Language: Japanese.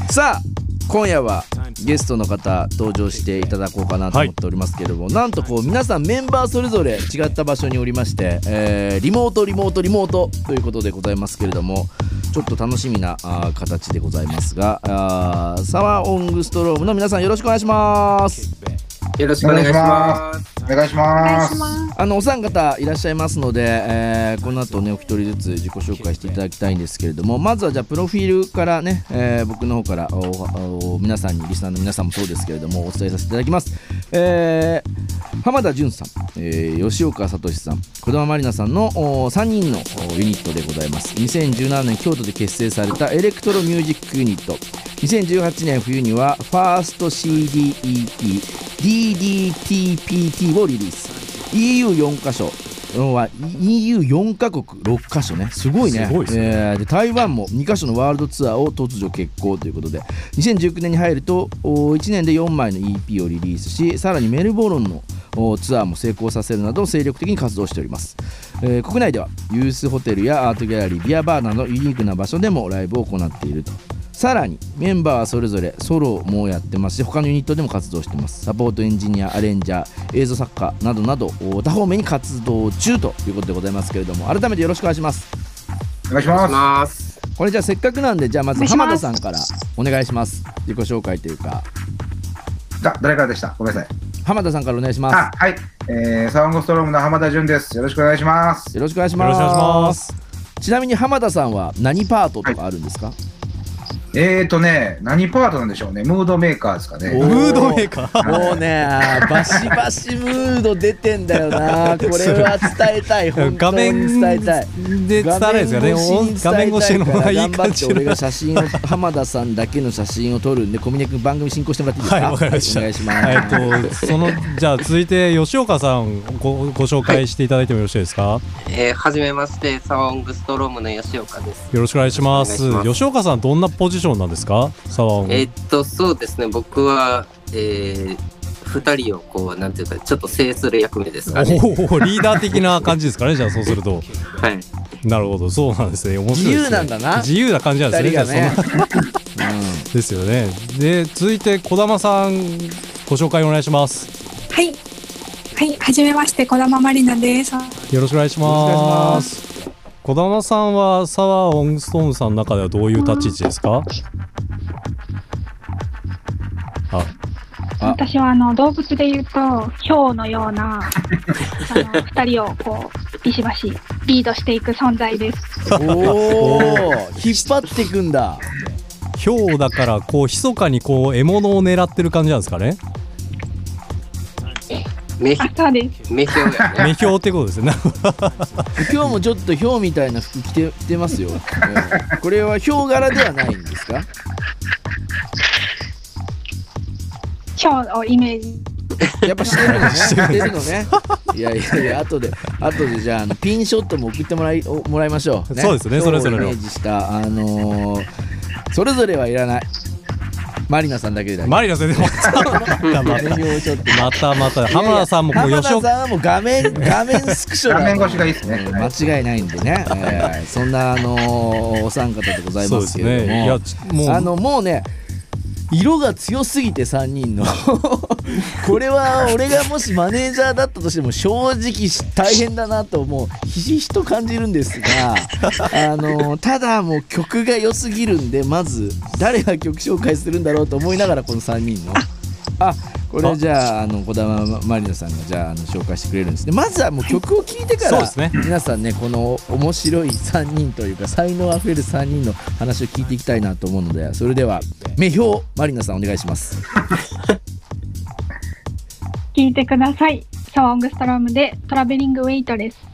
さあ今夜はゲストの方登場していただこうかなと思っておりますけれども、なんとこう皆さんメンバーそれぞれ違った場所におりまして、リモートということでございますけれども、ちょっと楽しみな形でございますが、サワーオングストロームの皆さんよろしくお願いします。 よろしくお願いします。 お願いします。 お三方いらっしゃいますので、この後ねお一人ずつ自己紹介していただきたいんですけれども、まずはじゃあプロフィールからね、僕の方から皆さんにリスナーの皆さんもそうですけれどもお伝えさせていただきます。浜田純さん、吉岡聡さん、児玉まりなさんの3人のユニットでございます。2017年京都で結成されたエレクトロミュージックユニット、2018年冬にはファースト CD-EP DDTPT をリリース。 EU4 カ所EU4 カ国6カ所ね、すごいね。で台湾も2カ所のワールドツアーを突如決行ということで、2019年に入ると1年で4枚の EP をリリースし、さらにメルボルンのツアーも成功させるなど精力的に活動しております。国内ではユースホテルやアートギャラリー、ビアバーなどユニークな場所でもライブを行っていると。さらにメンバーはそれぞれソロもやってますし、他のユニットでも活動しています。サポートエンジニア、アレンジャー、映像作家などなど多方面に活動中ということでございますけれども、改めてよろしくお願いします。 お願いします。 これじゃあせっかくなんで、じゃあまず浜田さんからお願いします。自己紹介というか。 誰からでした？ごめんなさい。 浜田さんからお願いします。 はい、サウンドストロームの浜田純です。よろしくお願いします。 よろしくお願いします。ちなみに浜田さんは何パートとかあるんですか？ 何パートなんでしょうね。ムードメーカーですかね。 ムードメーカーもうね、バシバシムード出てんだよな。これは伝えたい。本当に伝えたい。 で伝えないですよね。画面越しの方がいい感じ。 俺が写真を浜田さんだけの写真を撮るんで、小峰君番組進行してもらっていいですか？ はい、わかりました。 お願いします。 じゃあ続いて吉岡さんご紹介していただいてもよろしいですか？ はじめまして、サワーオングストロームの吉岡です。 よろしくお願いします。吉岡さんどんなポジションなんですか？サワーオン。 そうですね、僕は2人をこうなんていうかちょっと制する役目ですかね。 リーダー的な感じですかね。じゃあそうするとはい、 なるほど、そうなんですね。面白いですね。 自由なんだな。 自由な感じなんですね。 じゃあねですよね。で続いて児玉さんご紹介お願いします。 はい、はじめまして、児玉まりなです。 よろしくお願いします。児玉さんはサワーオングストームさんの中ではどういう立ち位置ですか？ 私は動物でいうとヒョウのような2人をこうビシバシリードしていく存在です。 おお、引っ張っていくんだ。 ヒョウだからこう密かにこう獲物を狙ってる感じなんですかね。 そうです。 目標やね。 目標ってことですね。 今日もちょっとヒョウみたいな服着てますよ。これはヒョウ柄ではないんですか？ ヒョウをイメージ。 やっぱしてるのね。してるのね。いや後でじゃあピンショットも送ってもらいましょう、ね。 そうですね。それぞれのイメージしたそれぞれはいらない。マリナさんだけで。 マリナさんでまた浜田さんもこう浜田さんはもう画面スクショ画面越しがいいですね。 間違いないんでね。そんなお三方でございますけれども、もうね。色が強すぎて3人のこれは俺がもしマネージャーだったとしても正直大変だなともうひしひしと感じるんですがただもう曲が良すぎるんで、まず誰が曲紹介するんだろうと思いながらこの3人のこれじゃあ児玉まりなさんがじゃあ紹介してくれるんですね。まずはもう曲を聴いてから、皆さんねこの面白い3人というか才能あふれる3人の話を聞いていきたいなと思うので、それでは目標まりなさんお願いします。 聞いてください。サワーオングストロームでトラベリングウェイトレス。